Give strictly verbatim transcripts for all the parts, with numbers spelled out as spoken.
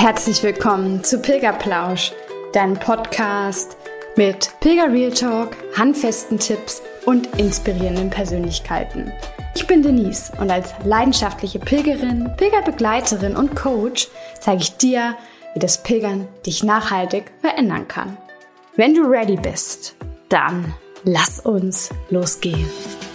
Herzlich willkommen zu Pilgerplausch, deinem Podcast mit Pilger Real Talk, handfesten Tipps und inspirierenden Persönlichkeiten. Ich bin Denise und als leidenschaftliche Pilgerin, Pilgerbegleiterin und Coach zeige ich dir, wie das Pilgern dich nachhaltig verändern kann. Wenn du ready bist, dann lass uns losgehen.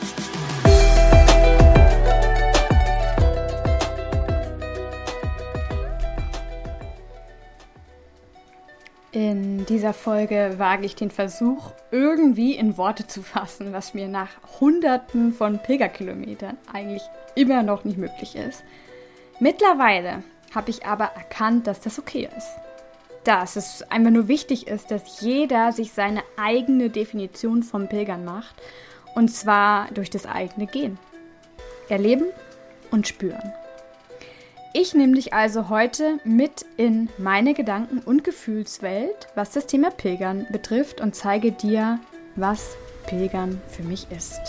In dieser Folge wage ich den Versuch, irgendwie in Worte zu fassen, was mir nach Hunderten von Pilgerkilometern eigentlich immer noch nicht möglich ist. Mittlerweile habe ich aber erkannt, dass das okay ist. Dass es einfach nur wichtig ist, dass jeder sich seine eigene Definition vom Pilgern macht, und zwar durch das eigene Gehen. Erleben und spüren. Ich nehme dich also heute mit in meine Gedanken- und Gefühlswelt, was das Thema Pilgern betrifft, und zeige dir, was Pilgern für mich ist.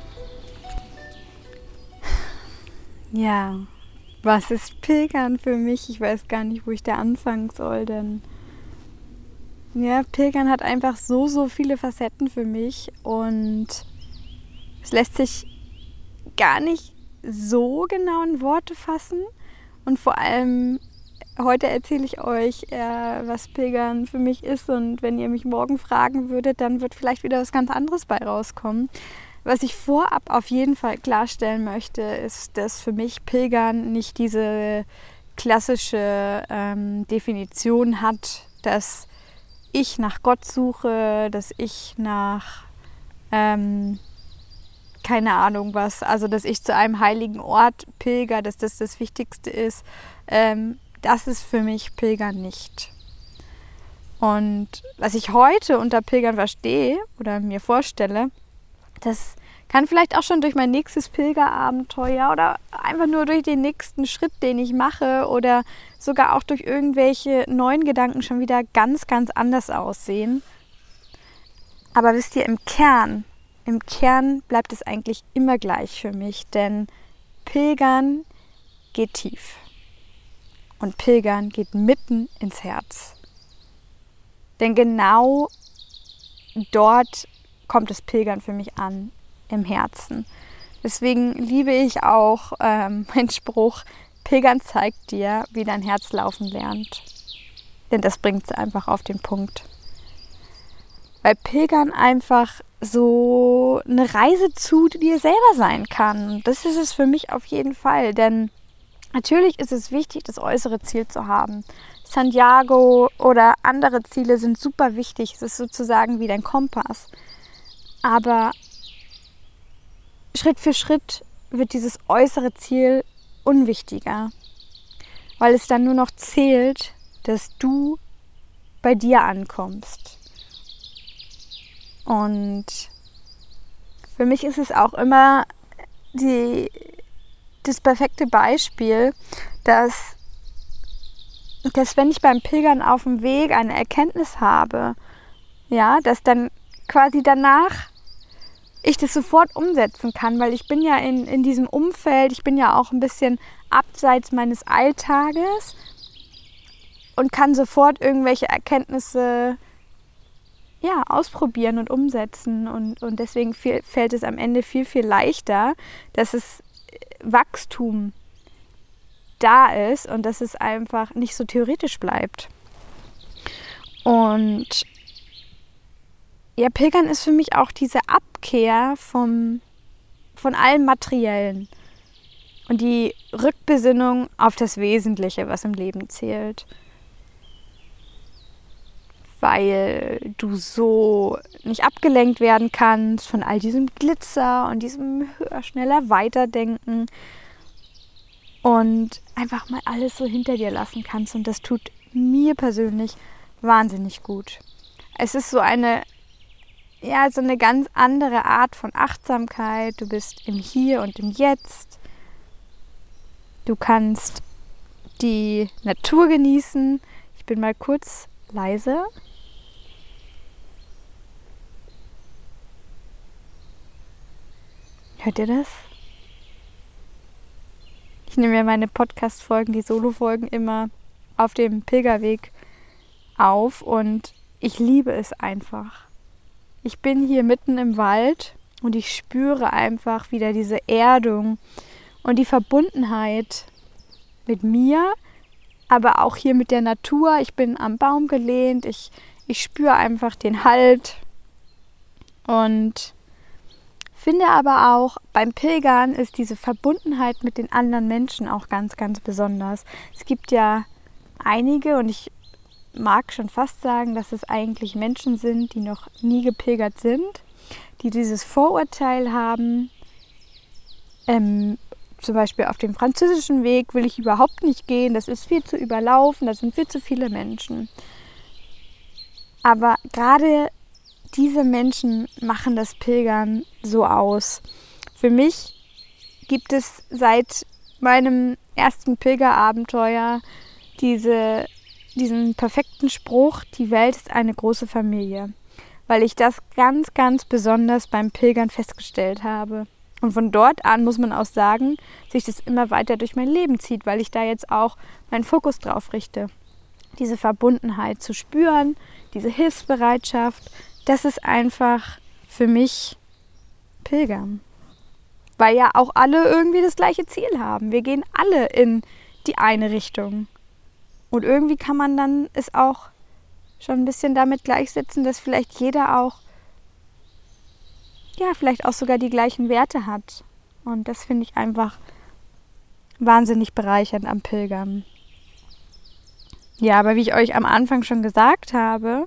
Ja, was ist Pilgern für mich? Ich weiß gar nicht, wo ich da anfangen soll, denn ja, Pilgern hat einfach so, so viele Facetten für mich und es lässt sich gar nicht so genau in Worte fassen. Und vor allem, heute erzähle ich euch, äh, was Pilgern für mich ist. Und wenn ihr mich morgen fragen würdet, dann wird vielleicht wieder was ganz anderes bei rauskommen. Was ich vorab auf jeden Fall klarstellen möchte, ist, dass für mich Pilgern nicht diese klassische ähm, Definition hat, dass ich nach Gott suche, dass ich nach... Ähm, keine Ahnung was, also dass ich zu einem heiligen Ort pilger, dass das das Wichtigste ist, ähm, das ist für mich Pilgern nicht. Und was ich heute unter Pilgern verstehe oder mir vorstelle, das kann vielleicht auch schon durch mein nächstes Pilgerabenteuer oder einfach nur durch den nächsten Schritt, den ich mache, oder sogar auch durch irgendwelche neuen Gedanken schon wieder ganz, ganz anders aussehen. Aber wisst ihr, im Kern Im Kern bleibt es eigentlich immer gleich für mich, denn Pilgern geht tief und Pilgern geht mitten ins Herz. Denn genau dort kommt das Pilgern für mich an, im Herzen. Deswegen liebe ich auch ähm, meinen Spruch, Pilgern zeigt dir, wie dein Herz laufen lernt. Denn das bringt es einfach auf den Punkt. Weil Pilgern einfach so eine Reise zu dir selber sein kann. Das ist es für mich auf jeden Fall, denn natürlich ist es wichtig, das äußere Ziel zu haben. Santiago oder andere Ziele sind super wichtig. Es ist sozusagen wie dein Kompass. Aber Schritt für Schritt wird dieses äußere Ziel unwichtiger, weil es dann nur noch zählt, dass du bei dir ankommst. Und für mich ist es auch immer die, das perfekte Beispiel, dass, dass wenn ich beim Pilgern auf dem Weg eine Erkenntnis habe, ja, dass dann quasi danach ich das sofort umsetzen kann, weil ich bin ja in, in diesem Umfeld, ich bin ja auch ein bisschen abseits meines Alltages und kann sofort irgendwelche Erkenntnisse ja, ausprobieren und umsetzen, und, und deswegen viel, fällt es am Ende viel, viel leichter, dass es Wachstum da ist und dass es einfach nicht so theoretisch bleibt. Und ja, Pilgern ist für mich auch diese Abkehr vom, von allem Materiellen und die Rückbesinnung auf das Wesentliche, was im Leben zählt. Weil du so nicht abgelenkt werden kannst von all diesem Glitzer und diesem höher, schneller, weiterdenken und einfach mal alles so hinter dir lassen kannst, und das tut mir persönlich wahnsinnig gut. Es ist so eine, ja, so eine ganz andere Art von Achtsamkeit. Du bist im Hier und im Jetzt. Du kannst die Natur genießen. Ich bin mal kurz leise. Hört ihr das? Ich nehme mir meine Podcast-Folgen, die Solo-Folgen immer auf dem Pilgerweg auf und ich liebe es einfach. Ich bin hier mitten im Wald und ich spüre einfach wieder diese Erdung und die Verbundenheit mit mir, aber auch hier mit der Natur. Ich bin am Baum gelehnt, ich, ich spüre einfach den Halt und finde aber auch, beim Pilgern ist diese Verbundenheit mit den anderen Menschen auch ganz, ganz besonders. Es gibt ja einige und ich mag schon fast sagen, dass es eigentlich Menschen sind, die noch nie gepilgert sind, die dieses Vorurteil haben, ähm, zum Beispiel auf dem französischen Weg will ich überhaupt nicht gehen, das ist viel zu überlaufen, da sind viel zu viele Menschen. Aber gerade diese Menschen machen das Pilgern so aus. Für mich gibt es seit meinem ersten Pilgerabenteuer diese, diesen perfekten Spruch, die Welt ist eine große Familie, weil ich das ganz, ganz besonders beim Pilgern festgestellt habe. Und von dort an muss man auch sagen, sich das immer weiter durch mein Leben zieht, weil ich da jetzt auch meinen Fokus drauf richte. Diese Verbundenheit zu spüren, diese Hilfsbereitschaft, das ist einfach für mich Pilgern. Weil ja auch alle irgendwie das gleiche Ziel haben. Wir gehen alle in die eine Richtung. Und irgendwie kann man dann es auch schon ein bisschen damit gleichsetzen, dass vielleicht jeder auch, ja, vielleicht auch sogar die gleichen Werte hat. Und das finde ich einfach wahnsinnig bereichernd am Pilgern. Ja, aber wie ich euch am Anfang schon gesagt habe,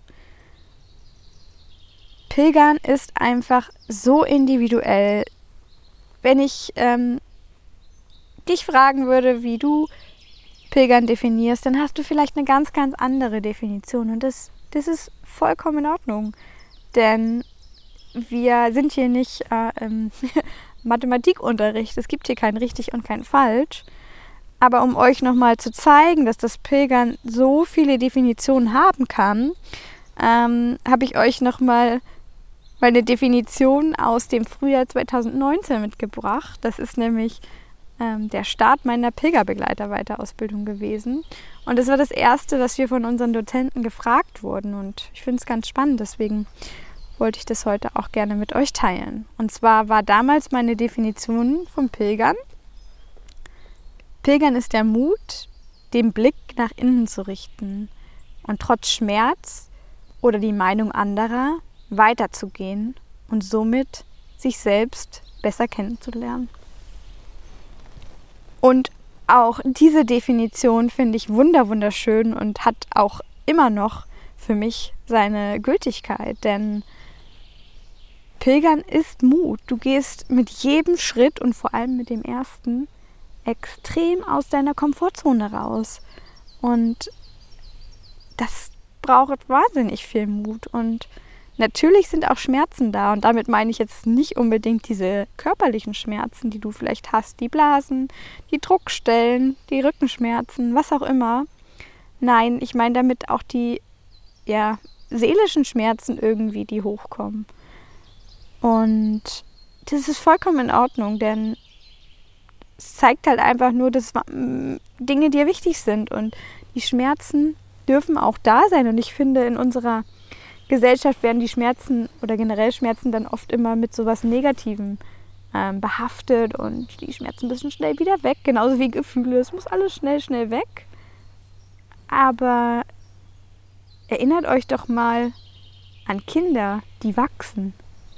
Pilgern ist einfach so individuell. Wenn ich ähm, dich fragen würde, wie du Pilgern definierst, dann hast du vielleicht eine ganz, ganz andere Definition. Und das, das ist vollkommen in Ordnung. Denn wir sind hier nicht äh, im Mathematikunterricht. Es gibt hier kein richtig und kein falsch. Aber um euch nochmal zu zeigen, dass das Pilgern so viele Definitionen haben kann, ähm, habe ich euch nochmal meine Definition aus dem Frühjahr zweitausendneunzehn mitgebracht. Das ist nämlich ähm, der Start meiner Pilgerbegleiterweiterausbildung gewesen. Und das war das Erste, was wir von unseren Dozenten gefragt wurden. Und ich finde es ganz spannend, deswegen wollte ich das heute auch gerne mit euch teilen. Und zwar war damals meine Definition vom Pilgern: Pilgern ist der Mut, den Blick nach innen zu richten und trotz Schmerz oder die Meinung anderer weiterzugehen und somit sich selbst besser kennenzulernen. Und auch diese Definition finde ich wunder wunderschön und hat auch immer noch für mich seine Gültigkeit, denn Pilgern ist Mut. Du gehst mit jedem Schritt und vor allem mit dem ersten extrem aus deiner Komfortzone raus. Und das braucht wahnsinnig viel Mut. Und natürlich sind auch Schmerzen da. Und damit meine ich jetzt nicht unbedingt diese körperlichen Schmerzen, die du vielleicht hast. Die Blasen, die Druckstellen, die Rückenschmerzen, was auch immer. Nein, ich meine damit auch die ja, seelischen Schmerzen irgendwie, die hochkommen. Und das ist vollkommen in Ordnung, denn es zeigt halt einfach nur, dass Dinge dir wichtig sind und die Schmerzen dürfen auch da sein. Und ich finde, in unserer Gesellschaft werden die Schmerzen oder generell Schmerzen dann oft immer mit sowas Negativem ähm, behaftet und die Schmerzen müssen schnell wieder weg, genauso wie Gefühle. Es muss alles schnell, schnell weg. Aber erinnert euch doch mal an Kinder, die wachsen.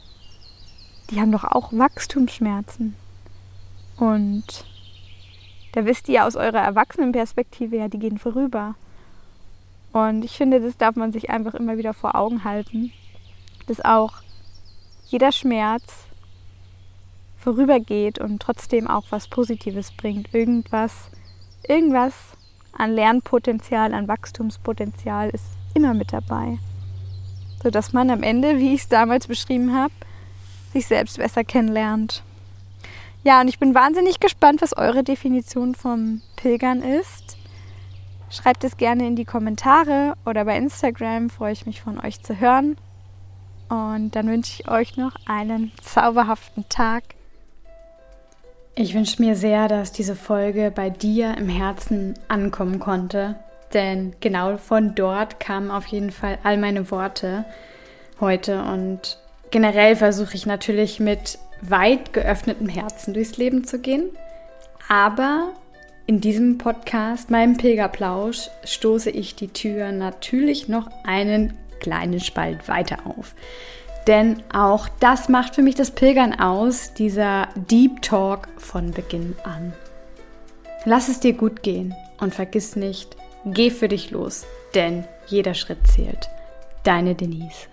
Die haben doch auch Wachstumsschmerzen. Und da wisst ihr aus eurer Erwachsenenperspektive, ja, die gehen vorüber. Und ich finde, das darf man sich einfach immer wieder vor Augen halten, dass auch jeder Schmerz vorübergeht und trotzdem auch was Positives bringt. Irgendwas, irgendwas an Lernpotenzial, an Wachstumspotenzial ist immer mit dabei. Sodass man am Ende, wie ich es damals beschrieben habe, sich selbst besser kennenlernt. Ja, und ich bin wahnsinnig gespannt, was eure Definition vom Pilgern ist. Schreibt es gerne in die Kommentare oder bei Instagram, freue ich mich von euch zu hören. Und dann wünsche ich euch noch einen zauberhaften Tag. Ich wünsche mir sehr, dass diese Folge bei dir im Herzen ankommen konnte. Denn genau von dort kamen auf jeden Fall all meine Worte heute. Und generell versuche ich natürlich mit weit geöffnetem Herzen durchs Leben zu gehen. Aber in diesem Podcast, meinem Pilgerplausch, stoße ich die Tür natürlich noch einen kleinen Spalt weiter auf. Denn auch das macht für mich das Pilgern aus, dieser Deep Talk von Beginn an. Lass es dir gut gehen und vergiss nicht, geh für dich los, denn jeder Schritt zählt. Deine Denise.